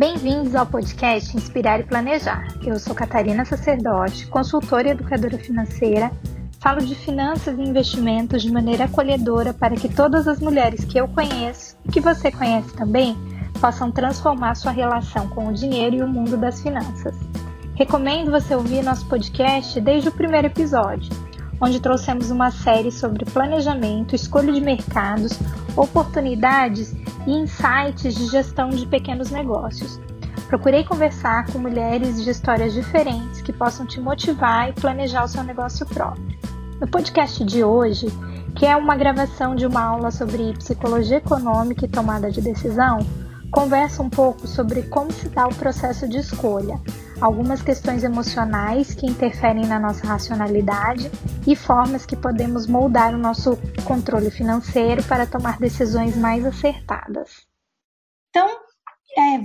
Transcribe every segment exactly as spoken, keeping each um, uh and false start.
Bem-vindos ao podcast Inspirar e Planejar. Eu sou Catarina Sacerdote, consultora e educadora financeira. Falo de finanças e investimentos de maneira acolhedora para que todas as mulheres que eu conheço e que você conhece também possam transformar sua relação com o dinheiro e o mundo das finanças. Recomendo você ouvir nosso podcast desde o primeiro episódio, onde trouxemos uma série sobre planejamento, escolha de mercados, oportunidades e insights de gestão de pequenos negócios. Procurei conversar com mulheres de histórias diferentes que possam te motivar e planejar o seu negócio próprio. No podcast de hoje, que é uma gravação de uma aula sobre psicologia econômica e tomada de decisão, converso um pouco sobre como se dá o processo de escolha, algumas questões emocionais que interferem na nossa racionalidade e formas que podemos moldar o nosso controle financeiro para tomar decisões mais acertadas. Então, é,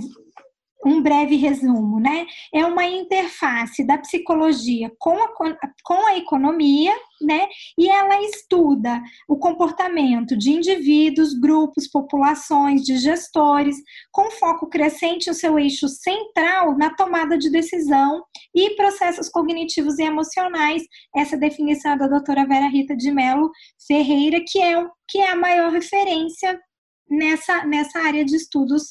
um breve resumo, né? É uma interface da psicologia com a, com a economia, né? E ela estuda o comportamento de indivíduos, grupos, populações, de gestores, com foco crescente no seu eixo central na tomada de decisão e processos cognitivos e emocionais. Essa definição é da doutora Vera Rita de Mello Ferreira, que é, que é a maior referência nessa, nessa área de estudos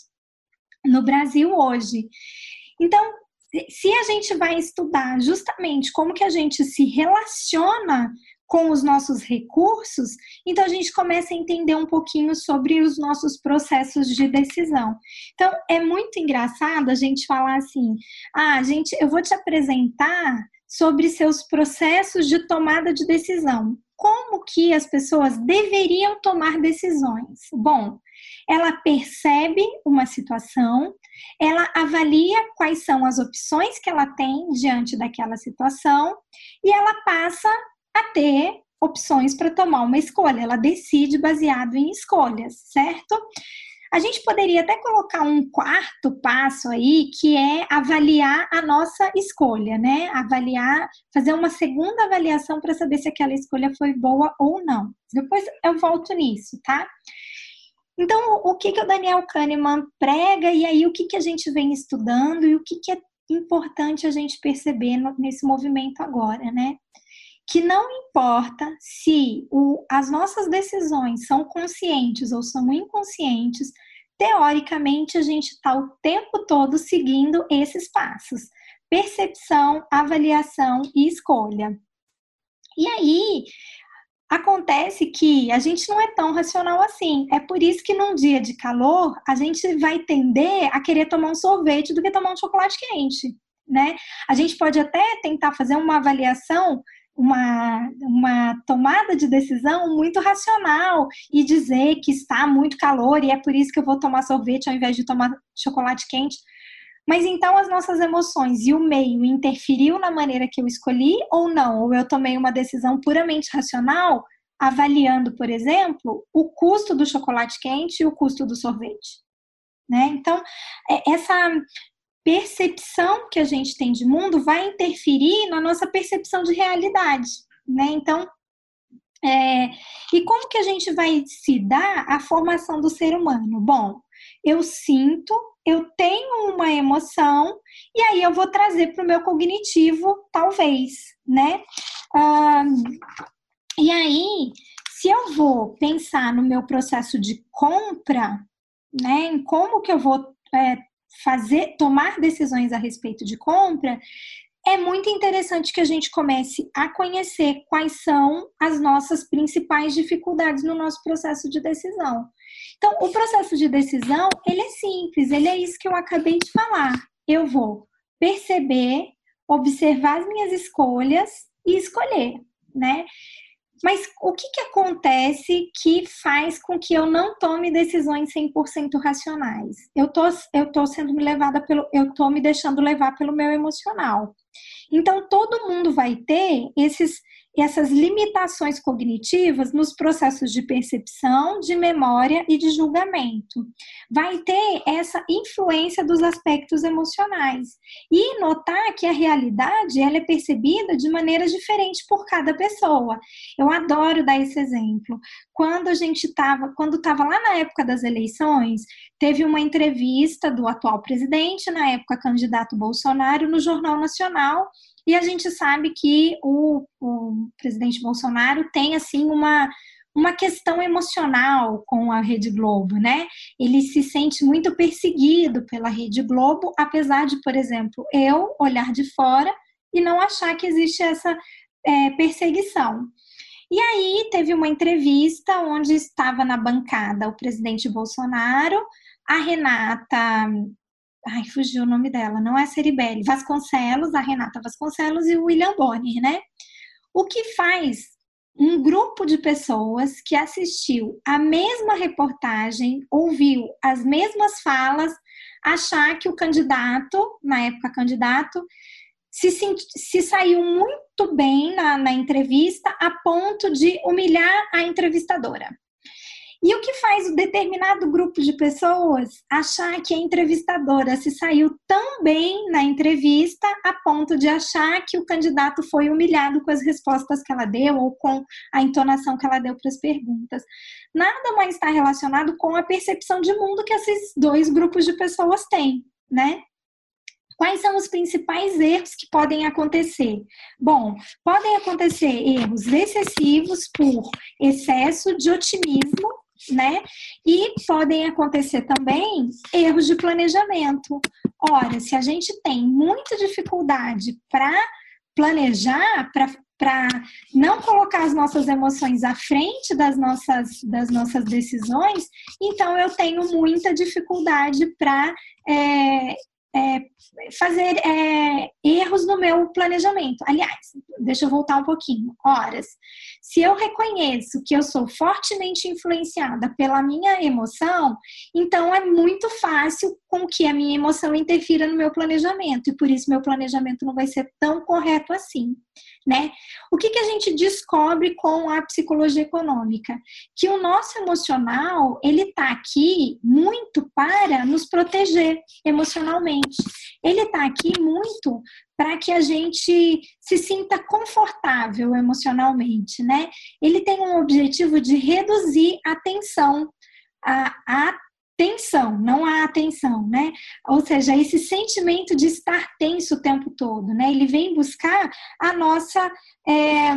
no Brasil hoje. Então, se a gente vai estudar justamente como que a gente se relaciona com os nossos recursos, então a gente começa a entender um pouquinho sobre os nossos processos de decisão. Então, é muito engraçado a gente falar assim, ah, gente, eu vou te apresentar sobre seus processos de tomada de decisão. Como que as pessoas deveriam tomar decisões? Bom, ela percebe uma situação, ela avalia quais são as opções que ela tem diante daquela situação e ela passa a ter opções para tomar uma escolha. Ela decide baseado em escolhas, certo? A gente poderia até colocar um quarto passo aí, que é avaliar a nossa escolha, né? Avaliar, fazer uma segunda avaliação para saber se aquela escolha foi boa ou não. Depois eu volto nisso, tá? Então, o que, que o Daniel Kahneman prega e aí o que, que a gente vem estudando e o que, que é importante a gente perceber no, nesse movimento agora, né? Que não importa se o, as nossas decisões são conscientes ou são inconscientes, teoricamente a gente está o tempo todo seguindo esses passos: percepção, avaliação e escolha. E aí, acontece que a gente não é tão racional assim. É por isso que num dia de calor, a gente vai tender a querer tomar um sorvete do que tomar um chocolate quente, né? A gente pode até tentar fazer uma avaliação, uma, uma tomada de decisão muito racional e dizer que está muito calor e é por isso que eu vou tomar sorvete ao invés de tomar chocolate quente. Mas então as nossas emoções e o meio interferiu na maneira que eu escolhi ou não? Ou eu tomei uma decisão puramente racional, avaliando, por exemplo, o custo do chocolate quente e o custo do sorvete, né? Então, essa percepção que a gente tem de mundo vai interferir na nossa percepção de realidade, né? Então, é, e como que a gente vai se dar a formação do ser humano? Bom, eu sinto, eu tenho uma emoção e aí eu vou trazer para o meu cognitivo, talvez, né? Ah, e aí, se eu vou pensar no meu processo de compra, né, em como que eu vou é, fazer, tomar decisões a respeito de compra, é muito interessante que a gente comece a conhecer quais são as nossas principais dificuldades no nosso processo de decisão. Então, o processo de decisão, ele é simples, ele é isso que eu acabei de falar. Eu vou perceber, observar as minhas escolhas e escolher, né? Mas o que, que acontece que faz com que eu não tome decisões cem por cento racionais? Eu tô, eu tô sendo levada pelo, eu tô me deixando levar pelo meu emocional. Então, todo mundo vai ter esses, essas limitações cognitivas nos processos de percepção, de memória e de julgamento. Vai ter essa influência dos aspectos emocionais. E notar que a realidade ela é percebida de maneira diferente por cada pessoa. Eu adoro dar esse exemplo. Quando a gente estava, quando estava lá na época das eleições, teve uma entrevista do atual presidente, na época candidato Bolsonaro, no Jornal Nacional, e a gente sabe que o, o presidente Bolsonaro tem, assim, uma, uma questão emocional com a Rede Globo, né? Ele se sente muito perseguido pela Rede Globo, apesar de, por exemplo, eu olhar de fora e não achar que existe essa é, perseguição. E aí teve uma entrevista onde estava na bancada o presidente Bolsonaro, a Renata... Ai, fugiu o nome dela, não é Ceribelli, Vasconcelos, a Renata Vasconcelos e o William Bonner, né? O que faz um grupo de pessoas que assistiu a mesma reportagem, ouviu as mesmas falas, achar que o candidato, na época candidato, se, se saiu muito bem na, na entrevista a ponto de humilhar a entrevistadora. E o que faz um determinado grupo de pessoas achar que a entrevistadora se saiu tão bem na entrevista a ponto de achar que o candidato foi humilhado com as respostas que ela deu ou com a entonação que ela deu para as perguntas? Nada mais está relacionado com a percepção de mundo que esses dois grupos de pessoas têm, né? Quais são os principais erros que podem acontecer? Bom, podem acontecer erros excessivos por excesso de otimismo, né? E podem acontecer também erros de planejamento. Ora, se a gente tem muita dificuldade para planejar, para para não colocar as nossas emoções à frente das nossas, das nossas decisões, então eu tenho muita dificuldade para é, é, fazer é, erros no meu planejamento. Aliás, deixa eu voltar um pouquinho. Horas. Se eu reconheço que eu sou fortemente influenciada pela minha emoção, então é muito fácil com que a minha emoção interfira no meu planejamento, e por isso meu planejamento não vai ser tão correto assim, né? O que que a gente descobre com a psicologia econômica? Que o nosso emocional, ele tá aqui muito para nos proteger emocionalmente. Ele tá aqui muito para que a gente se sinta confortável emocionalmente, né? Ele tem um objetivo de reduzir a tensão, a, a tensão, não a atenção, né? Ou seja, esse sentimento de estar tenso o tempo todo, né? Ele vem buscar a nossa... É,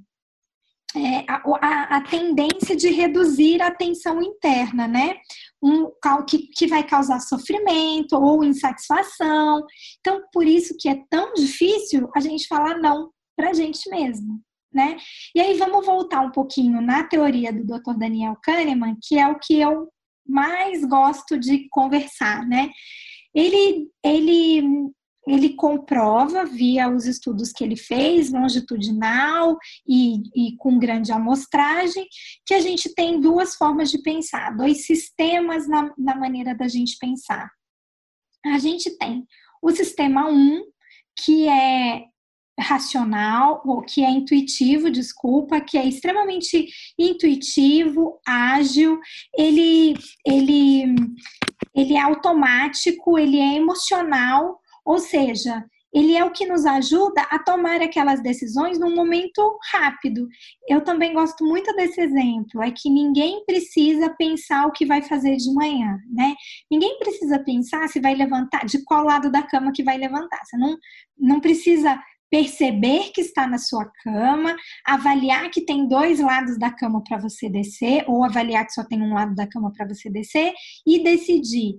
É, a, a, a tendência de reduzir a tensão interna, né? Um, que, que vai causar sofrimento ou insatisfação. Então, por isso que é tão difícil a gente falar não para a gente mesmo, né? E aí vamos voltar um pouquinho na teoria do doutor Daniel Kahneman, que é o que eu mais gosto de conversar, né? Ele... ele Ele comprova, via os estudos que ele fez, longitudinal e, e com grande amostragem, que a gente tem duas formas de pensar, dois sistemas na, na maneira da gente pensar. A gente tem o sistema um, que é racional, ou que é intuitivo, desculpa, que é extremamente intuitivo, ágil, ele, ele, ele é automático, ele é emocional. Ou seja, ele é o que nos ajuda a tomar aquelas decisões num momento rápido. Eu também gosto muito desse exemplo, é que ninguém precisa pensar o que vai fazer de manhã, né? Ninguém precisa pensar se vai levantar, de qual lado da cama que vai levantar. Você não, não precisa perceber que está na sua cama, avaliar que tem dois lados da cama para você descer, ou avaliar que só tem um lado da cama para você descer, e decidir.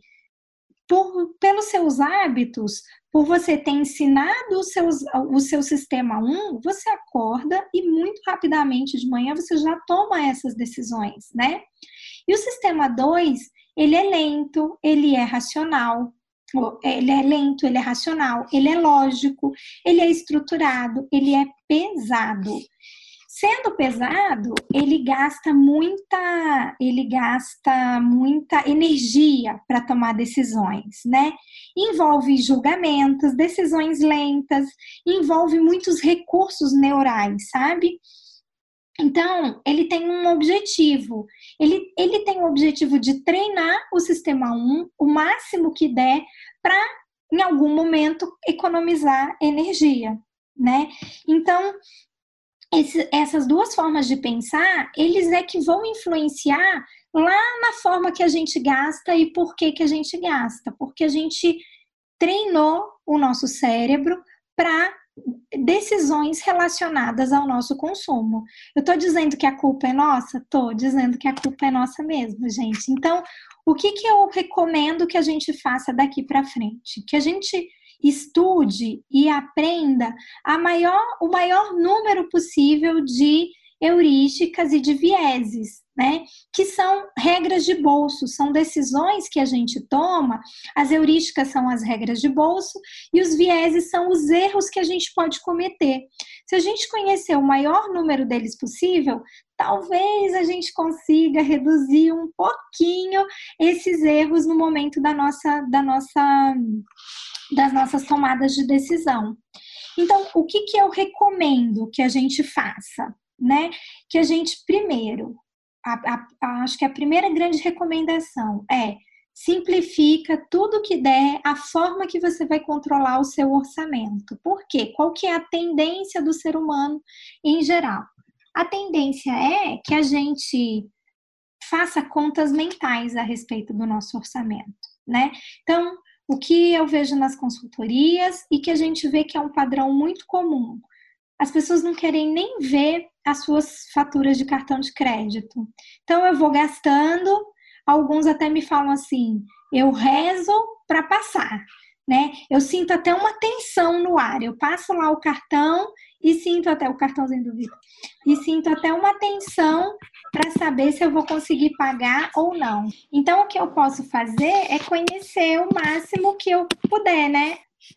Por, pelos seus hábitos, por você ter ensinado os seus, o seu sistema um, você acorda e muito rapidamente de manhã você já toma essas decisões, né? E o sistema dois, ele é lento, ele é racional, ele é lento, ele é racional, ele é lógico, ele é estruturado, ele é pesado. Sendo pesado, ele gasta muita, ele gasta muita energia para tomar decisões, né? Envolve julgamentos, decisões lentas, envolve muitos recursos neurais, sabe? Então, ele tem um objetivo. Ele, ele tem o objetivo de treinar o sistema um o máximo que der para, em algum momento, economizar energia, né? Então, esse, essas duas formas de pensar, eles é que vão influenciar lá na forma que a gente gasta e por que que a gente gasta. Porque a gente treinou o nosso cérebro para decisões relacionadas ao nosso consumo. Eu estou dizendo que a culpa é nossa? Estou dizendo que a culpa é nossa mesmo, gente. Então, o que, que eu recomendo que a gente faça daqui para frente? Que a gente estude e aprenda a maior, o maior número possível de heurísticas e de vieses, né? Que são regras de bolso, são decisões que a gente toma. As heurísticas são as regras de bolso e os vieses são os erros que a gente pode cometer. Se a gente conhecer o maior número deles possível, talvez a gente consiga reduzir um pouquinho esses erros no momento da nossa, da nossa, das nossas tomadas de decisão. Então, o que, que eu recomendo que a gente faça? Né? Que a gente, primeiro, a, a, a, acho que a primeira grande recomendação é simplifica tudo que der a forma que você vai controlar o seu orçamento. Por quê? Qual que é a tendência do ser humano em geral? A tendência é que a gente faça contas mentais a respeito do nosso orçamento, né? Então, o que eu vejo nas consultorias e que a gente vê que é um padrão muito comum, as pessoas não querem nem ver as suas faturas de cartão de crédito. Então, eu vou gastando, alguns até me falam assim, eu rezo para passar, né? Eu sinto até uma tensão no ar, eu passo lá o cartão e sinto até, o cartãozinho do Vitor, e sinto até uma tensão para saber se eu vou conseguir pagar ou não. Então, o que eu posso fazer é conhecer o máximo que eu puder, né?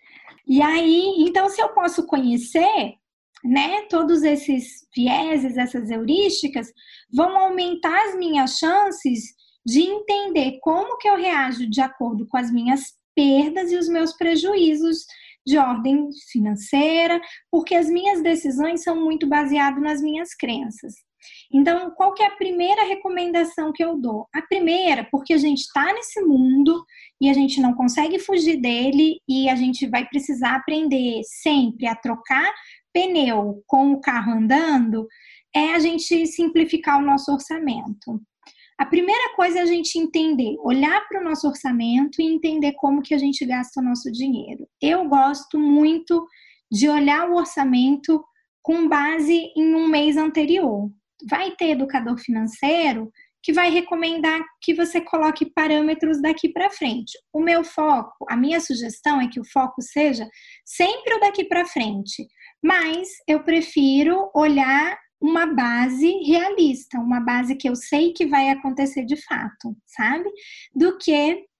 E aí, então, se eu posso conhecer, né, todos esses vieses, essas heurísticas, vão aumentar as minhas chances de entender como que eu reajo de acordo com as minhas perdas e os meus prejuízos de ordem financeira, porque as minhas decisões são muito baseadas nas minhas crenças. Então, qual que é a primeira recomendação que eu dou? A primeira, porque a gente está nesse mundo e a gente não consegue fugir dele e a gente vai precisar aprender sempre a trocar pneu com o carro andando, é a gente simplificar o nosso orçamento. A primeira coisa é a gente entender, olhar para o nosso orçamento e entender como que a gente gasta o nosso dinheiro. Eu gosto muito de olhar o orçamento com base em um mês anterior. Vai ter educador financeiro que vai recomendar que você coloque parâmetros daqui para frente. O meu foco, a minha sugestão é que o foco seja sempre o daqui para frente, mas eu prefiro olhar uma base realista, uma base que eu sei que vai acontecer de fato, sabe? Do que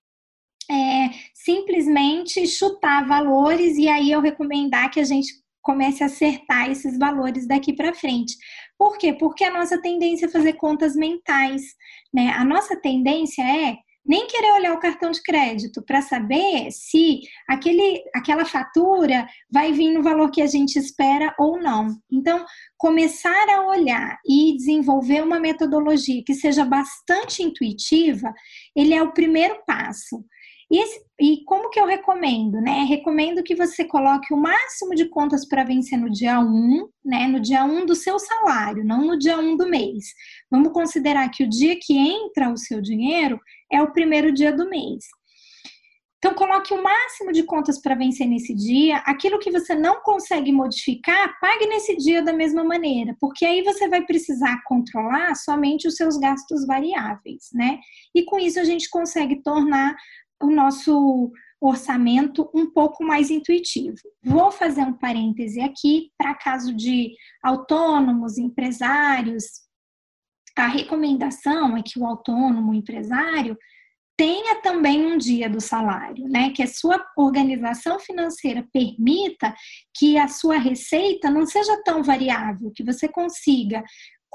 é, simplesmente chutar valores e aí eu recomendar que a gente comece a acertar esses valores daqui para frente. Por quê? Porque a nossa tendência é fazer contas mentais, né? A nossa tendência é nem querer olhar o cartão de crédito para saber se aquele, aquela fatura vai vir no valor que a gente espera ou não. Então, começar a olhar e desenvolver uma metodologia que seja bastante intuitiva, ele é o primeiro passo. E, esse, e como que eu recomendo, né? Recomendo que você coloque o máximo de contas para vencer no dia um, né? No dia um do seu salário, não no dia um do mês. Vamos considerar que o dia que entra o seu dinheiro é o primeiro dia do mês. Então, coloque o máximo de contas para vencer nesse dia. Aquilo que você não consegue modificar, pague nesse dia da mesma maneira, porque aí você vai precisar controlar somente os seus gastos variáveis, né? E com isso a gente consegue tornar o nosso orçamento um pouco mais intuitivo. Vou fazer um parêntese aqui para caso de autônomos, empresários. A recomendação é que o autônomo, o empresário, tenha também um dia do salário, né? Que a sua organização financeira permita que a sua receita não seja tão variável, que você consiga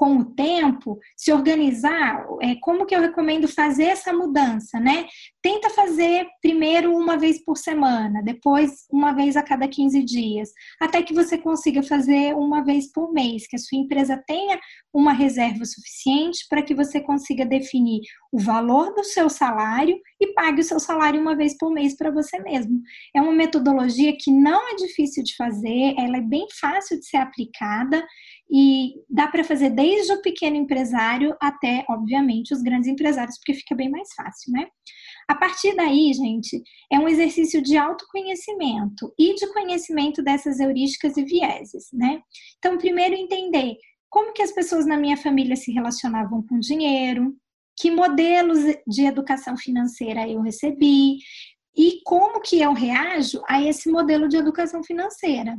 com o tempo, se organizar, é, como que eu recomendo fazer essa mudança, né? Tenta fazer primeiro uma vez por semana, depois uma vez a cada quinze dias, até que você consiga fazer uma vez por mês, que a sua empresa tenha uma reserva suficiente para que você consiga definir o valor do seu salário e pague o seu salário uma vez por mês para você mesmo. É uma metodologia que não é difícil de fazer, ela é bem fácil de ser aplicada e dá para fazer desde o pequeno empresário até, obviamente, os grandes empresários, porque fica bem mais fácil, né? A partir daí, gente, é um exercício de autoconhecimento e de conhecimento dessas heurísticas e vieses, né? Então, primeiro entender como que as pessoas na minha família se relacionavam com dinheiro, que modelos de educação financeira eu recebi e como que eu reajo a esse modelo de educação financeira.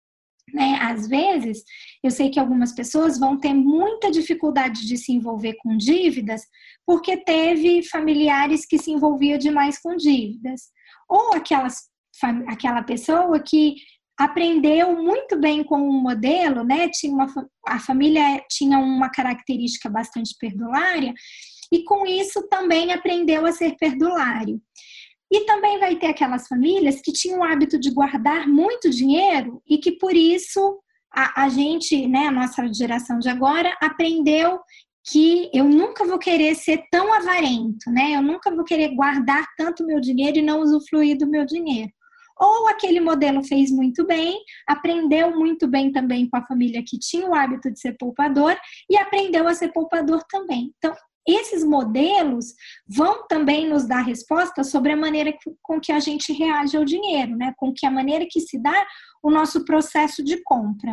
Né? Às vezes, eu sei que algumas pessoas vão ter muita dificuldade de se envolver com dívidas porque teve familiares que se envolviam demais com dívidas. Ou aquelas, aquela pessoa que aprendeu muito bem com um modelo, né? Tinha uma, a família tinha uma característica bastante perdulária e com isso também aprendeu a ser perdulário. E também vai ter aquelas famílias que tinham o hábito de guardar muito dinheiro e que por isso a, a gente, né, a nossa geração de agora, aprendeu que eu nunca vou querer ser tão avarento, né? Eu nunca vou querer guardar tanto meu dinheiro e não usufruir do meu dinheiro. Ou aquele modelo fez muito bem, aprendeu muito bem também com a família que tinha o hábito de ser poupador e aprendeu a ser poupador também. Então, esses modelos vão também nos dar resposta sobre a maneira com que a gente reage ao dinheiro, né? Com que a maneira que se dá o nosso processo de compra.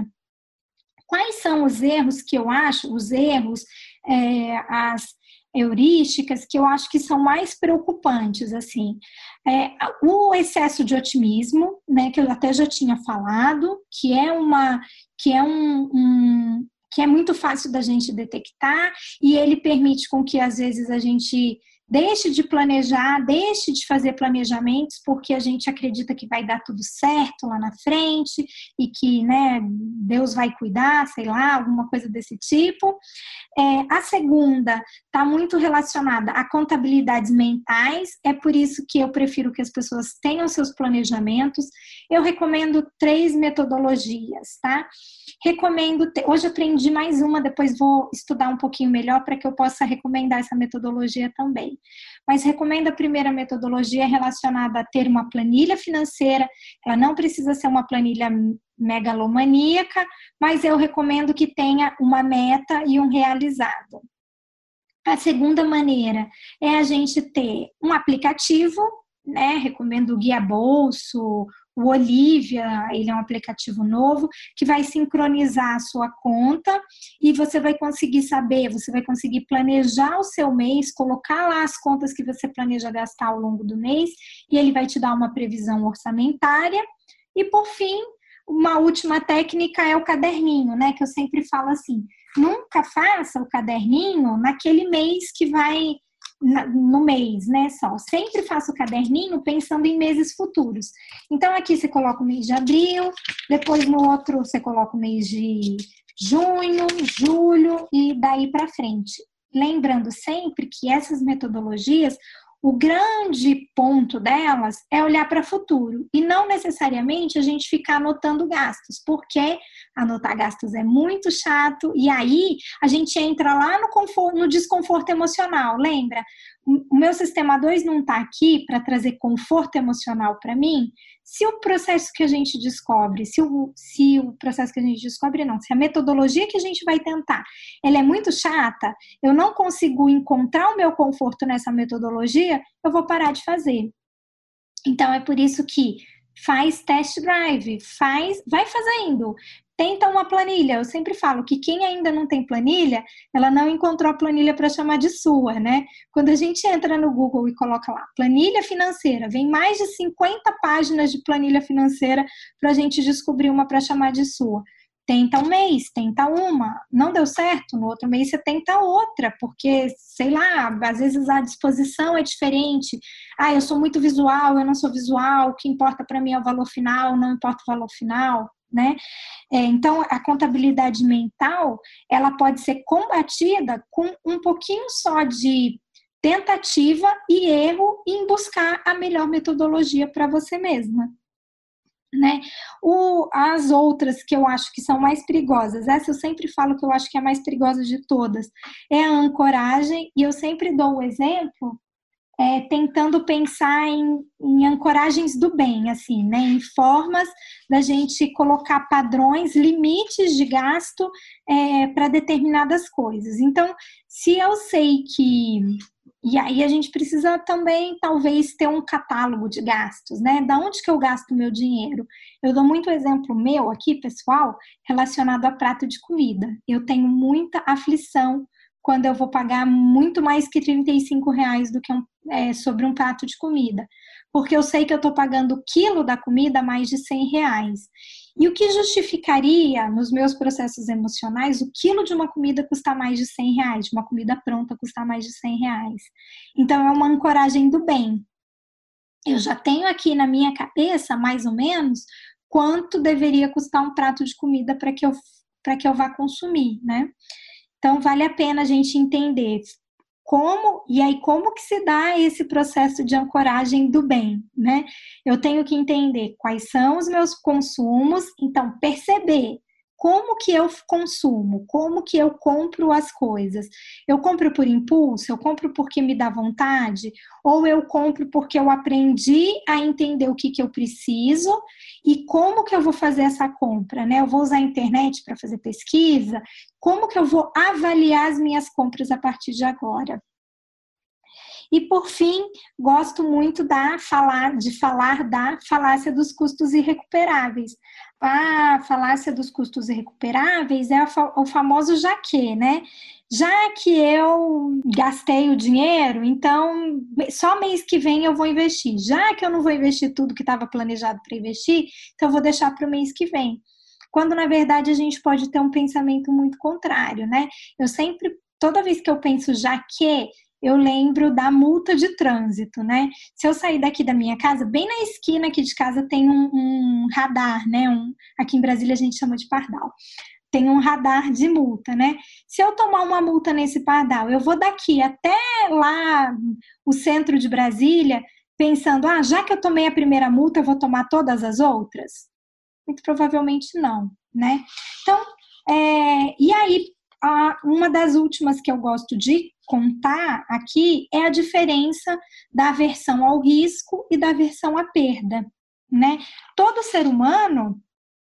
Quais são os erros que eu acho, os erros, é, as heurísticas que eu acho que são mais preocupantes, assim? É, o excesso de otimismo, né? Que eu até já tinha falado, que é uma, que é um, um que é muito fácil da gente detectar e ele permite com que às vezes a gente deixe de planejar, deixe de fazer planejamentos porque a gente acredita que vai dar tudo certo lá na frente e que, né, Deus vai cuidar, sei lá, alguma coisa desse tipo. É, a segunda está muito relacionada a contabilidades mentais, é por isso que eu prefiro que as pessoas tenham seus planejamentos. Eu recomendo três metodologias, tá? Recomendo, hoje aprendi mais uma, depois vou estudar um pouquinho melhor para que eu possa recomendar essa metodologia também. Mas recomendo a primeira metodologia relacionada a ter uma planilha financeira, ela não precisa ser uma planilha megalomaníaca, mas eu recomendo que tenha uma meta e um realizado. A segunda maneira é a gente ter um aplicativo, né? Recomendo o Guia Bolso, o Olivia, ele é um aplicativo novo que vai sincronizar a sua conta e você vai conseguir saber, você vai conseguir planejar o seu mês, colocar lá as contas que você planeja gastar ao longo do mês e ele vai te dar uma previsão orçamentária. E por fim, uma última técnica é o caderninho, né? Que eu sempre falo assim, nunca faça o caderninho naquele mês que vai... no mês, né, só. Sempre faço o caderninho pensando em meses futuros. Então, aqui você coloca o mês de abril, depois no outro você coloca o mês de junho, julho e daí para frente. Lembrando sempre que essas metodologias, o grande ponto delas é olhar para o futuro e não necessariamente a gente ficar anotando gastos, porque anotar gastos é muito chato e aí a gente entra lá no, conforto, no desconforto emocional. Lembra? O meu sistema dois não está aqui para trazer conforto emocional para mim. Se o processo que a gente descobre, se o, se o processo que a gente descobre não, se a metodologia que a gente vai tentar, ela é muito chata, eu não consigo encontrar o meu conforto nessa metodologia, eu vou parar de fazer. Então, é por isso que faz test drive, faz, vai fazendo. Tenta uma planilha. Eu sempre falo que quem ainda não tem planilha, ela não encontrou a planilha para chamar de sua, né? Quando a gente entra no Google e coloca lá, planilha financeira, vem mais de cinquenta páginas de planilha financeira para a gente descobrir uma para chamar de sua. Tenta um mês, tenta uma, não deu certo, no outro mês você tenta outra, porque, sei lá, às vezes a disposição é diferente. Ah, eu sou muito visual, eu não sou visual, o que importa para mim é o valor final, não importa o valor final. né? É, então, a contabilidade mental, ela pode ser combatida com um pouquinho só de tentativa e erro em buscar a melhor metodologia para você mesma. Né? O, as outras que eu acho que são mais perigosas, essa eu sempre falo que eu acho que é a mais perigosa de todas, é a ancoragem, e eu sempre dou o exemplo é, tentando pensar em, em ancoragens do bem, assim, né? Em formas da gente colocar padrões, limites de gasto é, para determinadas coisas. Então, se eu sei que... E aí a gente precisa também, talvez, ter um catálogo de gastos, né? Da onde que eu gasto meu dinheiro? Eu dou muito exemplo meu aqui, pessoal, relacionado a prato de comida. Eu tenho muita aflição quando eu vou pagar muito mais que trinta e cinco reais do que um, é, sobre um prato de comida. Porque eu sei que eu estou pagando o quilo da comida a mais de cem reais. E o que justificaria, nos meus processos emocionais, o quilo de uma comida custar mais de cem reais, de uma comida pronta custar mais de cem reais? Então, é uma ancoragem do bem. Eu já tenho aqui na minha cabeça, mais ou menos, quanto deveria custar um prato de comida para que eu, para que eu vá consumir, né? Então, vale a pena a gente entender como, e aí como que se dá esse processo de ancoragem do bem, né? Eu tenho que entender quais são os meus consumos, então perceber como que eu consumo, como que eu compro as coisas. Eu compro por impulso, eu compro porque me dá vontade, ou eu compro porque eu aprendi a entender o que que eu preciso e como que eu vou fazer essa compra, né? Eu vou usar a internet para fazer pesquisa, como que eu vou avaliar as minhas compras a partir de agora? E, por fim, gosto muito da, falar, de falar da falácia dos custos irrecuperáveis. A falácia dos custos irrecuperáveis é o famoso já que, né? Já que eu gastei o dinheiro, então só mês que vem eu vou investir. Já que eu não vou investir tudo que estava planejado para investir, então eu vou deixar para o mês que vem. Quando, na verdade, a gente pode ter um pensamento muito contrário, né? Eu sempre, toda vez que eu penso já que, eu lembro da multa de trânsito, né? Se eu sair daqui da minha casa, bem na esquina aqui de casa tem um, um radar, né? Um, aqui em Brasília a gente chama de pardal. Tem um radar de multa, né? Se eu tomar uma multa nesse pardal, eu vou daqui até lá, o centro de Brasília, pensando, ah, já que eu tomei a primeira multa, eu vou tomar todas as outras? Muito provavelmente não, né? Então, é, e aí, a, uma das últimas que eu gosto de contar aqui é a diferença da aversão ao risco e da aversão à perda, né? Todo ser humano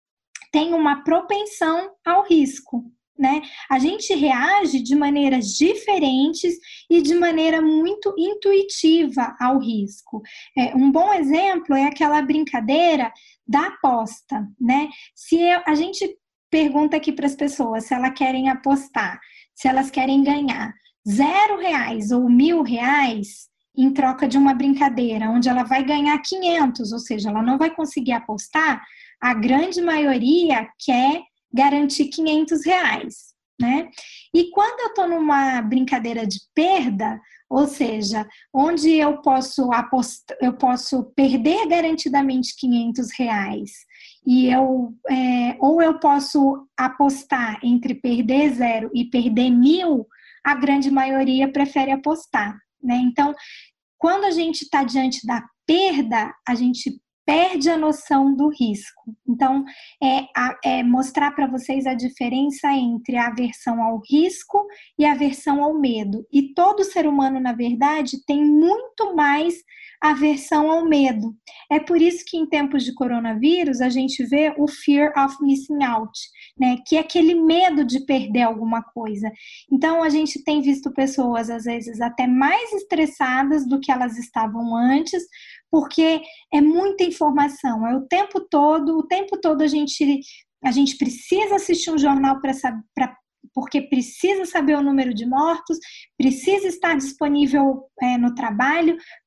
tem uma propensão ao risco, né? A gente reage de maneiras diferentes e de maneira muito intuitiva ao risco. É, um bom exemplo é aquela brincadeira da aposta, né? Se eu, a gente pergunta aqui para as pessoas se elas querem apostar, se elas querem ganhar zero reais ou mil reais em troca de uma brincadeira, onde ela vai ganhar quinhentos, ou seja, ela não vai conseguir apostar, a grande maioria quer garantir quinhentos reais, né? E quando eu estou numa brincadeira de perda, ou seja, onde eu posso apostar, eu posso perder garantidamente quinhentos reais, e eu, é, ou eu posso apostar entre perder zero e perder mil, a grande maioria prefere apostar, né? Então, quando a gente está diante da perda, a gente perde a noção do risco. Então, é, é mostrar para vocês a diferença entre a aversão ao risco e a aversão ao medo. E todo ser humano, na verdade, tem muito mais aversão ao medo. É por isso que em tempos de coronavírus a gente vê o fear of missing out, né? Que é aquele medo de perder alguma coisa. Então, a gente tem visto pessoas, às vezes, até mais estressadas do que elas estavam antes, porque é muita informação, é o tempo todo, o tempo todo a gente, a gente precisa assistir um jornal para saber, porque precisa saber o número de mortos, precisa estar disponível é, no trabalho,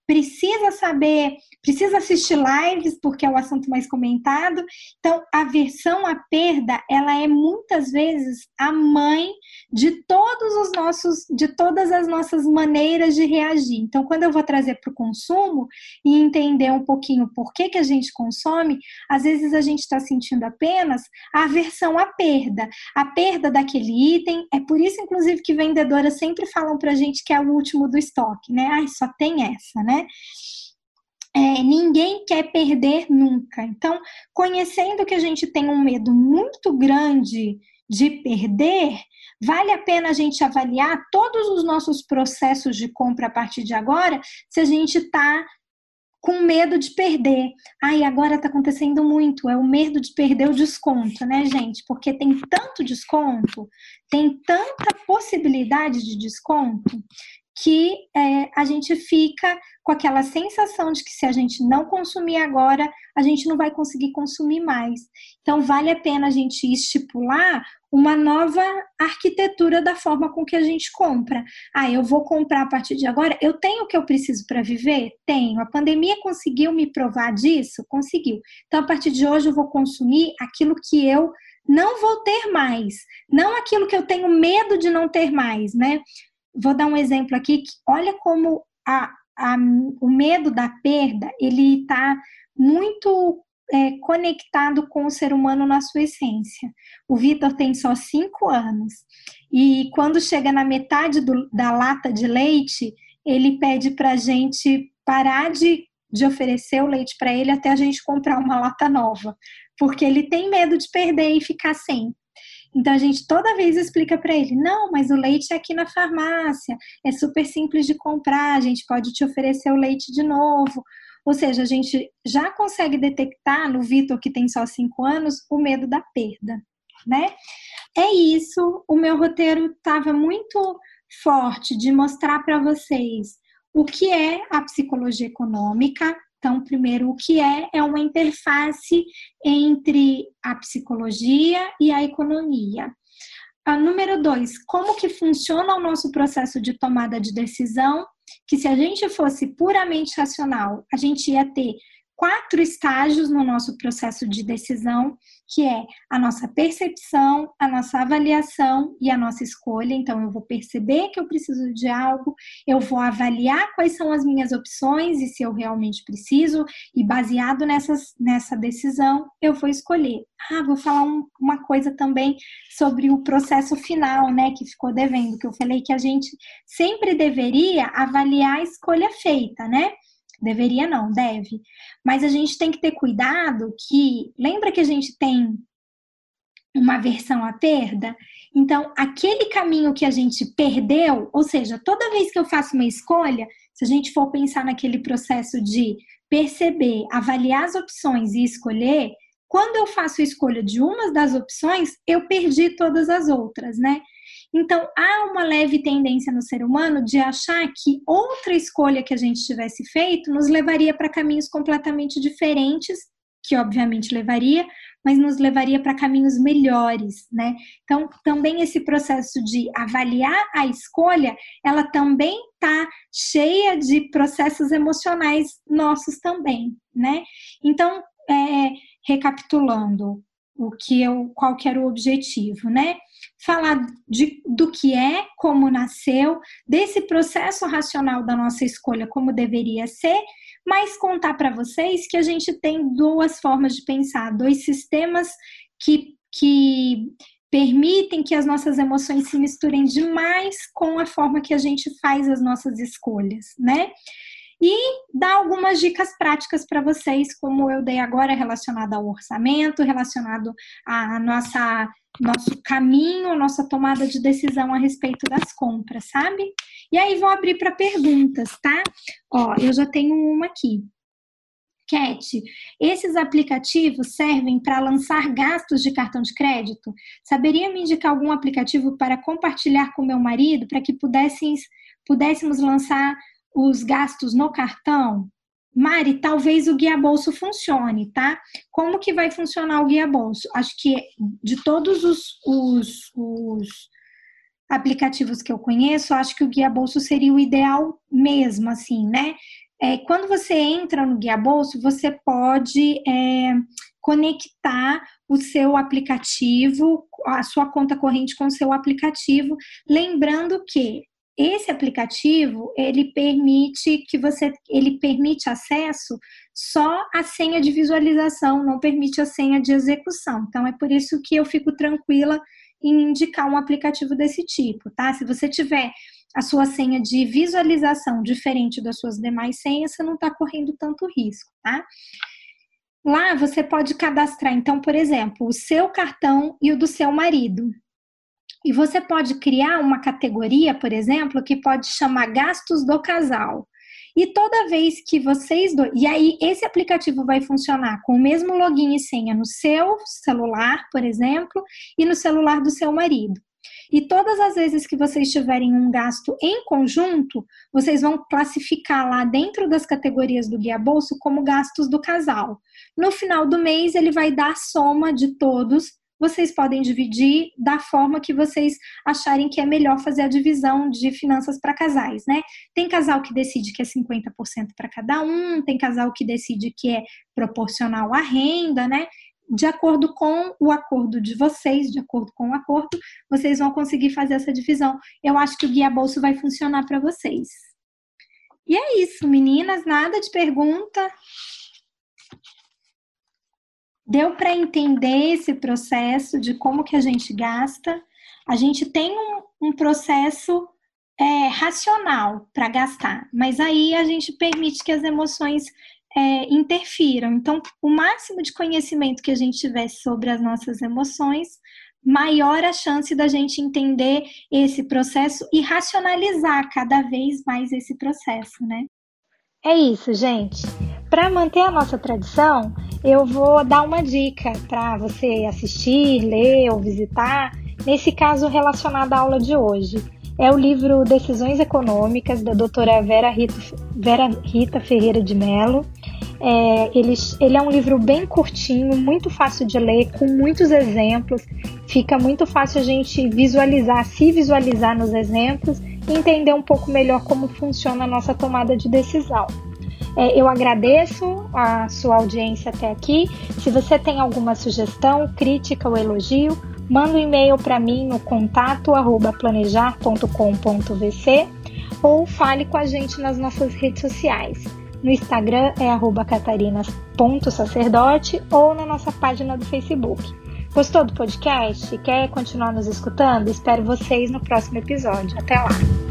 precisa saber, precisa assistir lives, porque é o assunto mais comentado. Então, a aversão à perda, ela é muitas vezes a mãe de todos os nossos, de todas as nossas maneiras de reagir. Então, quando eu vou trazer para o consumo e entender um pouquinho por que que a gente consome, às vezes a gente está sentindo apenas a aversão à perda, a perda daquele item. É por isso, inclusive, que vendedoras sempre falam para a gente que é o último do estoque, né? Ai, só tem essa, né? É, ninguém quer perder nunca. Então, conhecendo que a gente tem um medo muito grande de perder, vale a pena a gente avaliar todos os nossos processos de compra a partir de agora, se a gente está com medo de perder. Ai, agora está acontecendo muito, é o medo de perder o desconto, né, gente? Porque tem tanto desconto, tem tanta possibilidade de desconto, que é, a gente fica com aquela sensação de que se a gente não consumir agora, a gente não vai conseguir consumir mais. Então, vale a pena a gente estipular uma nova arquitetura da forma com que a gente compra. Ah, eu vou comprar a partir de agora? Eu tenho o que eu preciso para viver? Tenho. A pandemia conseguiu me provar disso? Conseguiu. Então, a partir de hoje, eu vou consumir aquilo que eu não vou ter mais. Não aquilo que eu tenho medo de não ter mais, né? Vou dar um exemplo aqui, que olha como a, a, o medo da perda, ele está muito é, conectado com o ser humano na sua essência. O Vitor tem só cinco anos, e quando chega na metade do, da lata de leite, ele pede para a gente parar de, de oferecer o leite para ele até a gente comprar uma lata nova, porque ele tem medo de perder e ficar sem. Então, a gente toda vez explica para ele, não, mas o leite é aqui na farmácia, é super simples de comprar, a gente pode te oferecer o leite de novo. Ou seja, a gente já consegue detectar no Vitor, que tem só cinco anos, o medo da perda, né? É isso, o meu roteiro estava muito forte de mostrar para vocês o que é a psicologia econômica. Então, primeiro, o que é? É uma interface entre a psicologia e a economia. A número dois, como que funciona o nosso processo de tomada de decisão, que se a gente fosse puramente racional, a gente ia ter quatro estágios no nosso processo de decisão, que é a nossa percepção, a nossa avaliação e a nossa escolha. Então, eu vou perceber que eu preciso de algo, eu vou avaliar quais são as minhas opções e se eu realmente preciso, e baseado nessas, nessa decisão, eu vou escolher. Ah, vou falar um, uma coisa também sobre o processo final, né, que ficou devendo, que eu falei que a gente sempre deveria avaliar a escolha feita, né? Deveria não, deve. Mas a gente tem que ter cuidado que... Lembra que a gente tem uma aversão à perda? Então, aquele caminho que a gente perdeu, ou seja, toda vez que eu faço uma escolha, se a gente for pensar naquele processo de perceber, avaliar as opções e escolher, quando eu faço a escolha de uma das opções, eu perdi todas as outras, né? Então, há uma leve tendência no ser humano de achar que outra escolha que a gente tivesse feito nos levaria para caminhos completamente diferentes, que obviamente levaria, mas nos levaria para caminhos melhores, né? Então, também esse processo de avaliar a escolha, ela também está cheia de processos emocionais nossos também, né? Então, é, recapitulando, o que eu, qual que era o objetivo, né? Falar de, do que é, como nasceu, desse processo racional da nossa escolha, como deveria ser, mas contar para vocês que a gente tem duas formas de pensar, dois sistemas que, que permitem que as nossas emoções se misturem demais com a forma que a gente faz as nossas escolhas, né? E dar algumas dicas práticas para vocês, como eu dei agora, relacionado ao orçamento, relacionado a nossa, nosso caminho, nossa tomada de decisão a respeito das compras, sabe? E aí vou abrir para perguntas, tá? Ó, eu já tenho uma aqui. Cat, esses aplicativos servem para lançar gastos de cartão de crédito? Saberia me indicar algum aplicativo para compartilhar com meu marido para que pudéssemos, pudéssemos lançar os gastos no cartão? Mari, talvez o Guia Bolso funcione, tá? Como que vai funcionar o Guia Bolso? Acho que de todos os, os, os aplicativos que eu conheço, acho que o Guia Bolso seria o ideal mesmo, assim, né? É, quando você entra no Guia Bolso, você pode é, conectar o seu aplicativo, a sua conta corrente com o seu aplicativo, lembrando que esse aplicativo, ele permite que você, ele permite acesso só à senha de visualização, não permite a senha de execução. Então, é por isso que eu fico tranquila em indicar um aplicativo desse tipo, tá? Se você tiver a sua senha de visualização diferente das suas demais senhas, você não está correndo tanto risco, tá? Lá você pode cadastrar, então, por exemplo, o seu cartão e o do seu marido. E você pode criar uma categoria, por exemplo, que pode chamar gastos do casal. E toda vez que vocês... Do... E aí, esse aplicativo vai funcionar com o mesmo login e senha no seu celular, por exemplo, e no celular do seu marido. E todas as vezes que vocês tiverem um gasto em conjunto, vocês vão classificar lá dentro das categorias do Guia Bolso como gastos do casal. No final do mês, ele vai dar a soma de todos. Vocês podem dividir da forma que vocês acharem que é melhor fazer a divisão de finanças para casais, né? Tem casal que decide que é cinquenta por cento para cada um, tem casal que decide que é proporcional à renda, né? De acordo com o acordo de vocês, de acordo com o acordo, vocês vão conseguir fazer essa divisão. Eu acho que o Guia Bolso vai funcionar para vocês. E é isso, meninas, nada de pergunta. Deu para entender esse processo de como que a gente gasta? A gente tem um, um processo é, racional para gastar, mas aí a gente permite que as emoções é, interfiram. Então, o máximo de conhecimento que a gente tiver sobre as nossas emoções, maior a chance da gente entender esse processo e racionalizar cada vez mais esse processo, né? É isso, gente. Para manter a nossa tradição, eu vou dar uma dica para você assistir, ler ou visitar, nesse caso relacionado à aula de hoje. É o livro Decisões Econômicas, da doutora Vera Rita, Vera Rita Ferreira de Mello. É, ele, ele é um livro bem curtinho, muito fácil de ler, com muitos exemplos. Fica muito fácil a gente visualizar, se visualizar nos exemplos e entender um pouco melhor como funciona a nossa tomada de decisão. Eu agradeço a sua audiência até aqui. Se você tem alguma sugestão, crítica ou elogio, manda um e-mail para mim no contato arroba planejar ponto com ponto v c ou fale com a gente nas nossas redes sociais. No Instagram é arroba catarinas ponto sacerdote ou na nossa página do Facebook. Gostou do podcast? Quer continuar nos escutando? Espero vocês no próximo episódio. Até lá!